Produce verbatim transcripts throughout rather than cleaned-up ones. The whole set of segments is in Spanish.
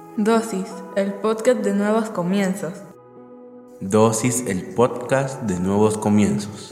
Dosis, el podcast de nuevos comienzos. Dosis, el podcast de nuevos comienzos.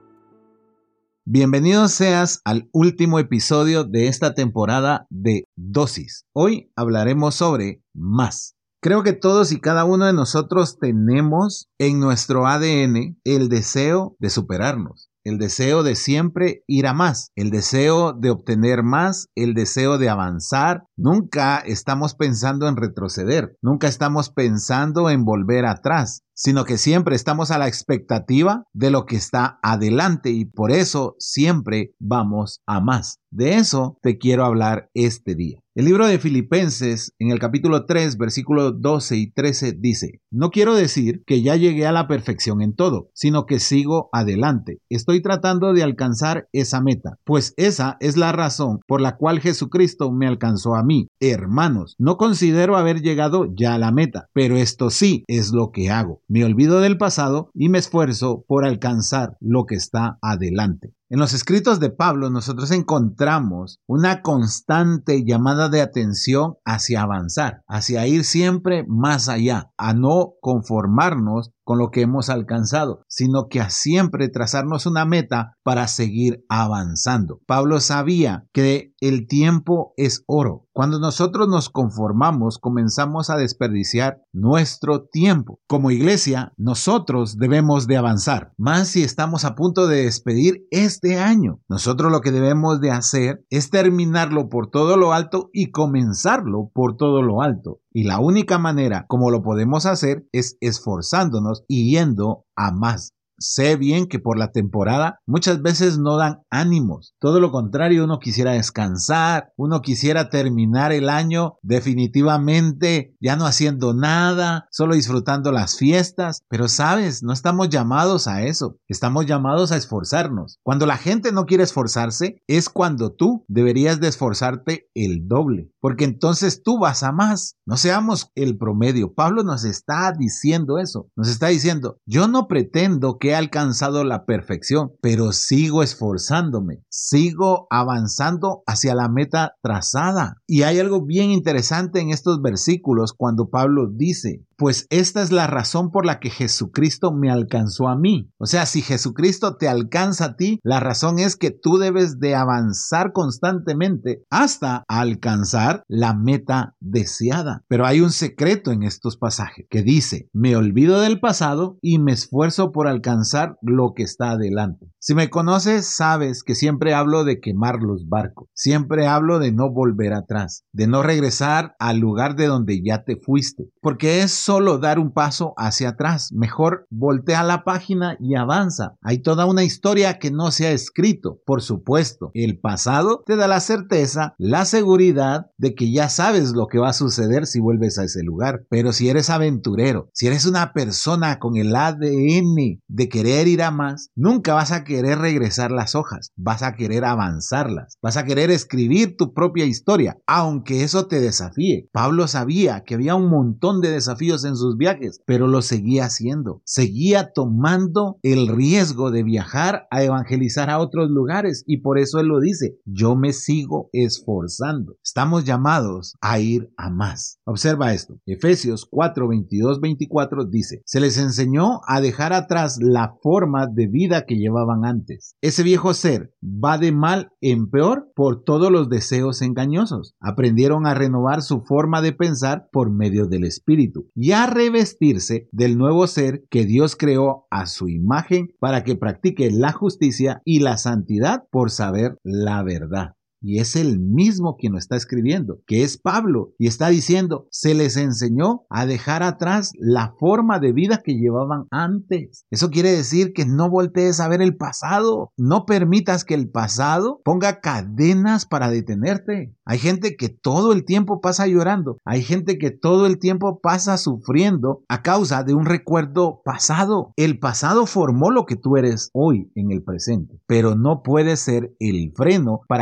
Bienvenido seas al último episodio de esta temporada de Dosis. Hoy hablaremos sobre más. Creo que todos y cada uno de nosotros tenemos en nuestro A D N el deseo de superarnos, el deseo de siempre ir a más, el deseo de obtener más, el deseo de avanzar. Nunca estamos pensando en retroceder, nunca estamos pensando en volver atrás, sino que siempre estamos a la expectativa de lo que está adelante y por eso siempre vamos a más. De eso te quiero hablar este día. El libro de Filipenses, en el capítulo tres, versículos doce y trece, dice: No quiero decir que ya llegué a la perfección en todo, sino que sigo adelante. Estoy tratando de alcanzar esa meta, pues esa es la razón por la cual Jesucristo me alcanzó a mí. Hermanos, no considero haber llegado ya a la meta, pero esto sí es lo que hago. Me olvido del pasado y me esfuerzo por alcanzar lo que está adelante. En los escritos de Pablo nosotros encontramos una constante llamada de atención hacia avanzar, hacia ir siempre más allá, a no conformarnos con lo que hemos alcanzado, sino que a siempre trazarnos una meta para seguir avanzando. Pablo sabía que el tiempo es oro. Cuando nosotros nos conformamos, comenzamos a desperdiciar nuestro tiempo. Como iglesia, nosotros debemos de avanzar, más si estamos a punto de despedir este año. Nosotros lo que debemos de hacer es terminarlo por todo lo alto y comenzarlo por todo lo alto. Y la única manera como lo podemos hacer es esforzándonos y yendo a más. Sé bien que por la temporada muchas veces no dan ánimos. Todo lo contrario, uno quisiera descansar, uno quisiera terminar el año definitivamente ya no haciendo nada, solo disfrutando las fiestas. Pero sabes, no estamos llamados a eso. Estamos llamados a esforzarnos. Cuando la gente no quiere esforzarse, es cuando tú deberías de esforzarte el doble, porque entonces tú vas a más. No seamos el promedio. Pablo nos está diciendo eso. Nos está diciendo: yo no pretendo que he alcanzado la perfección, pero sigo esforzándome, sigo avanzando hacia la meta trazada. Y hay algo bien interesante en estos versículos cuando Pablo dice: pues esta es la razón por la que Jesucristo me alcanzó a mí. O sea, si Jesucristo te alcanza a ti, la razón es que tú debes de avanzar constantemente hasta alcanzar la meta deseada. Pero hay un secreto en estos pasajes que dice: me olvido del pasado y me esfuerzo por alcanzar lo que está adelante. Si me conoces, sabes que siempre hablo de quemar los barcos. Siempre hablo de no volver atrás, de no regresar al lugar de donde ya te fuiste, porque es solo dar un paso hacia atrás. Mejor voltea la página y avanza. Hay toda una historia que no se ha escrito. Por supuesto, el pasado te da la certeza, la seguridad de que ya sabes lo que va a suceder si vuelves a ese lugar. Pero si eres aventurero, si eres una persona con el A D N de querer ir a más, nunca vas a querer regresar las hojas, vas a querer avanzarlas, vas a querer escribir tu propia historia, aunque eso te desafíe. Pablo sabía que había un montón de desafíos en sus viajes, pero lo seguía haciendo, seguía tomando el riesgo de viajar a evangelizar a otros lugares, y por eso él lo dice: yo me sigo esforzando. Estamos llamados a ir a más. Observa esto, Efesios cuatro, veintidós, veinticuatro dice: se les enseñó a dejar atrás la forma de vida que llevaban antes. Ese viejo ser va de mal en peor por todos los deseos engañosos. Aprendieron a renovar su forma de pensar por medio del Espíritu y a revestirse del nuevo ser que Dios creó a su imagen para que practique la justicia y la santidad por saber la verdad. Y es el mismo quien lo está escribiendo, que es Pablo, y está diciendo: se les enseñó a dejar atrás la forma de vida que llevaban antes. Eso quiere decir que no voltees a ver el pasado, no permitas que el pasado ponga cadenas para detenerte. Hay gente que todo el tiempo pasa llorando, hay gente que todo el tiempo pasa sufriendo a causa de un recuerdo pasado. El pasado formó lo que tú eres hoy en el presente, pero no puede ser el freno para que dejes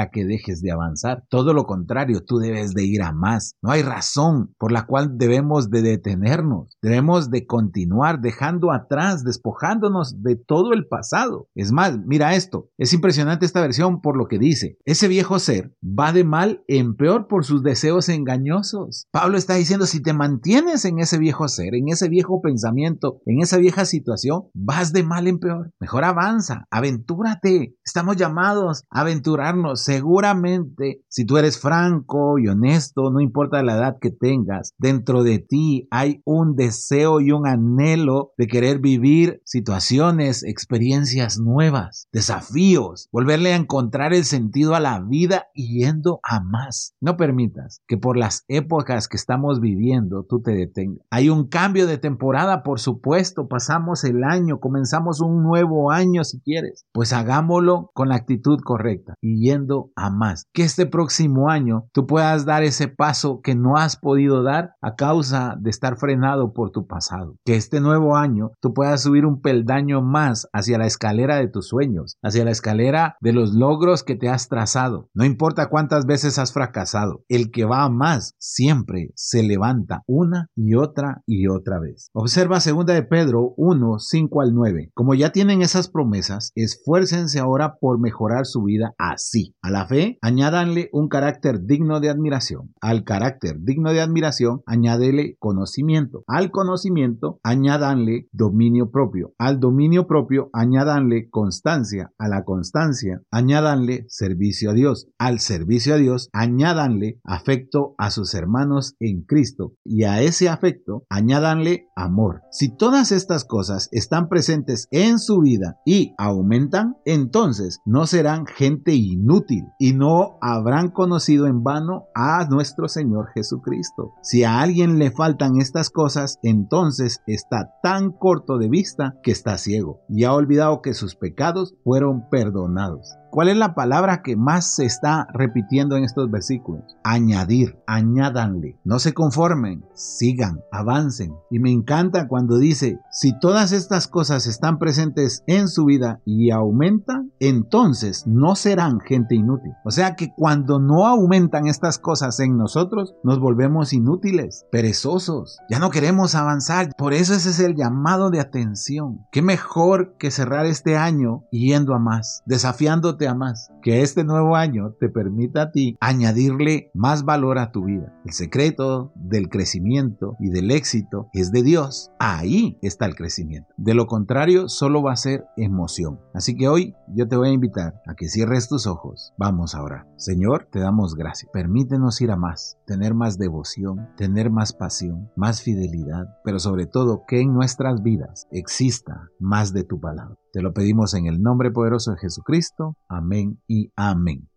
dejes de avanzar. Todo lo contrario, tú debes de ir a más. No hay razón por la cual debemos de detenernos. Debemos de continuar dejando atrás, despojándonos de todo el pasado. Es más, mira esto. Es impresionante esta versión por lo que dice. Ese viejo ser va de mal en peor por sus deseos engañosos. Pablo está diciendo, si te mantienes en ese viejo ser, en ese viejo pensamiento, en esa vieja situación, vas de mal en peor. Mejor avanza, aventúrate. Estamos llamados a aventurarnos. Seguramente, si tú eres franco y honesto, no importa la edad que tengas, dentro de ti hay un deseo y un anhelo de querer vivir situaciones, experiencias nuevas, desafíos, volverle a encontrar el sentido a la vida y yendo a más. No permitas que por las épocas que estamos viviendo tú te detengas. Hay un cambio de temporada, por supuesto, pasamos el año, comenzamos un nuevo año si quieres, pues hagámoslo con la actitud correcta y yendo a más. Que este próximo año tú puedas dar ese paso que no has podido dar a causa de estar frenado por tu pasado. Que este nuevo año tú puedas subir un peldaño más hacia la escalera de tus sueños, hacia la escalera de los logros que te has trazado. No importa cuántas veces has fracasado, el que va a más siempre se levanta una y otra y otra vez. Observa segunda de Pedro uno, cinco al nueve. Como ya tienen esas promesas, esfuércense ahora por mejorar su vida así. A la fe, añádanle un carácter digno de admiración. Al carácter digno de admiración, añádele conocimiento. Al conocimiento, añádanle dominio propio. Al dominio propio, añádanle constancia. A la constancia, añádanle servicio a Dios. Al servicio a Dios, añádanle afecto a sus hermanos en Cristo. Y a ese afecto, añádanle amor. Si todas estas cosas están presentes en su vida y aumentan, entonces no serán gente inútil y no habrán conocido en vano a nuestro Señor Jesucristo. Si a alguien le faltan estas cosas, entonces está tan corto de vista que está ciego y ha olvidado que sus pecados fueron perdonados. ¿Cuál es la palabra que más se está repitiendo en estos versículos? Añadir, añádanle. No se conformen, sigan, avancen. Y me encanta cuando dice, si todas estas cosas están presentes en su vida y aumentan, entonces no serán gente inútil. O sea que cuando no aumentan estas cosas en nosotros, nos volvemos inútiles, perezosos. Ya no queremos avanzar. Por eso ese es el llamado de atención. ¿Qué mejor que cerrar este año yendo a más, desafiándote a más? Que este nuevo año te permita a ti añadirle más valor a tu vida. El secreto del crecimiento y del éxito es de Dios. Ahí está el crecimiento. De lo contrario, solo va a ser emoción. Así que hoy yo te voy a invitar a que cierres tus ojos. Vamos a orar. Señor, te damos gracias. Permítenos ir a más, tener más devoción, tener más pasión, más fidelidad, pero sobre todo que en nuestras vidas exista más de tu palabra. Te lo pedimos en el nombre poderoso de Jesucristo. Amén y amén.